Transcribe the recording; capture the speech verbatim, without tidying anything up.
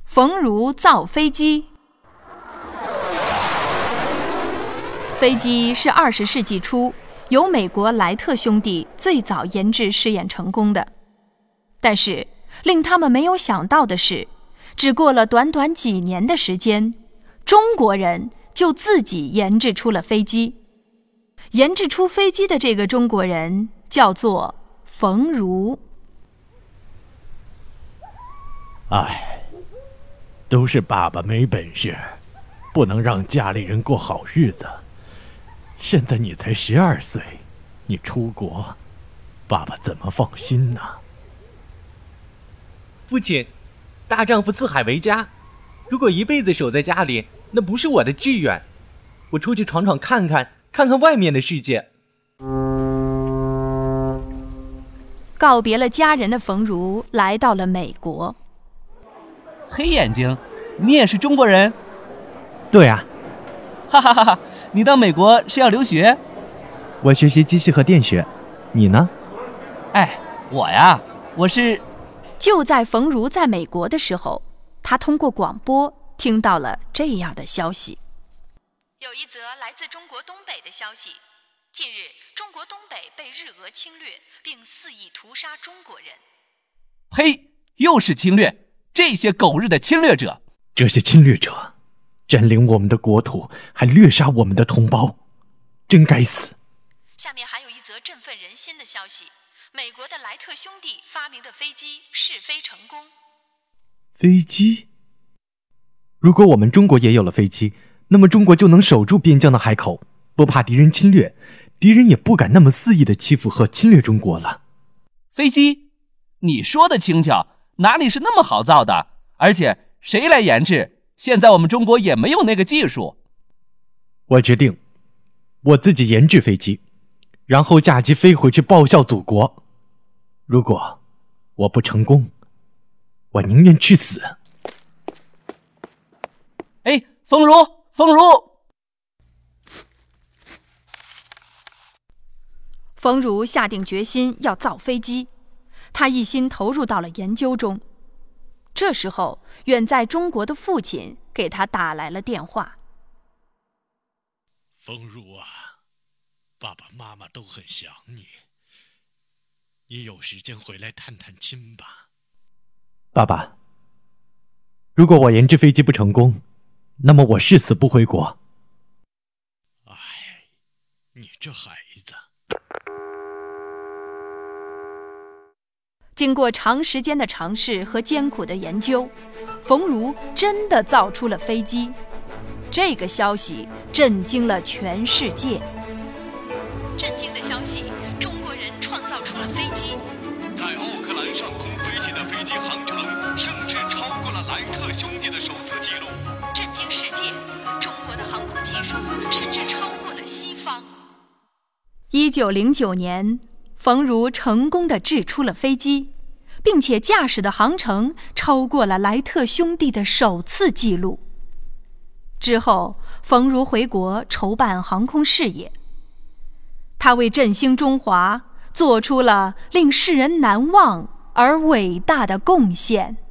冯如造飞机。飞机是二十世纪初由美国莱特兄弟最早研制试验成功的，但是令他们没有想到的是，只过了短短几年的时间，中国人就自己研制出了飞机。研制出飞机的这个中国人叫做冯如。 唉，都是爸爸没本事，不能让家里人过好日子。现在你才十二岁，你出国，爸爸怎么放心呢？ 父亲，大丈夫四海为家，如果一辈子守在家里，那不是我的志愿。我出去闯闯看看，看看外面的世界。 告别了家人的冯如来到了美国。 黑眼睛，你也是中国人？ 对啊。 哈哈哈哈！你到美国是要留学？ 我学习机器和电学，你呢？ 哎，我呀，我是…… 就在冯如在美国的时候，他通过广播听到了这样的消息：有一则来自中国东北的消息，近日中国东北被日俄侵略，并肆意屠杀中国人。 呸！又是侵略！这些狗日的侵略者！ 这些侵略者占领我们的国土，还掠杀我们的同胞，真该死！ 下面还有一则振奋人心的消息：美国的莱特兄弟发明的飞机试飞成功。 飞机？如果我们中国也有了飞机，那么中国就能守住边疆的海口，不怕敌人侵略，敌人也不敢那么肆意的欺负和侵略中国了。 飞机？你说的轻巧，哪里是那么好造的？而且谁来研制？现在我们中国也没有那个技术。 我决定，我自己研制飞机，然后驾机飞回去报效祖国。如果我不成功，我宁愿去死。 哎，冯如，冯如！ 冯如下定决心要造飞机，他一心投入到了研究中。这时候，远在中国的父亲给他打来了电话。 冯如啊，爸爸妈妈都很想你，你有时间回来探探亲吧。 爸爸，如果我研制飞机不成功，那么我誓死不回国。 哎，你这孩子。 经过长时间的尝试和艰苦的研究，冯如真的造出了飞机。这个消息震惊了全世界。震惊的消息，中国人创造出了飞机。 在奥克兰上空飞行的飞机航程甚至超过了莱特兄弟的首次记录。 震惊世界，中国的航空技术甚至超过了西方。一九零九年，冯如成功地制出了飞机，并且驾驶的航程超过了莱特兄弟的首次记录。之后，冯如回国筹办航空事业，他为振兴中华做出了令世人难忘而伟大的贡献。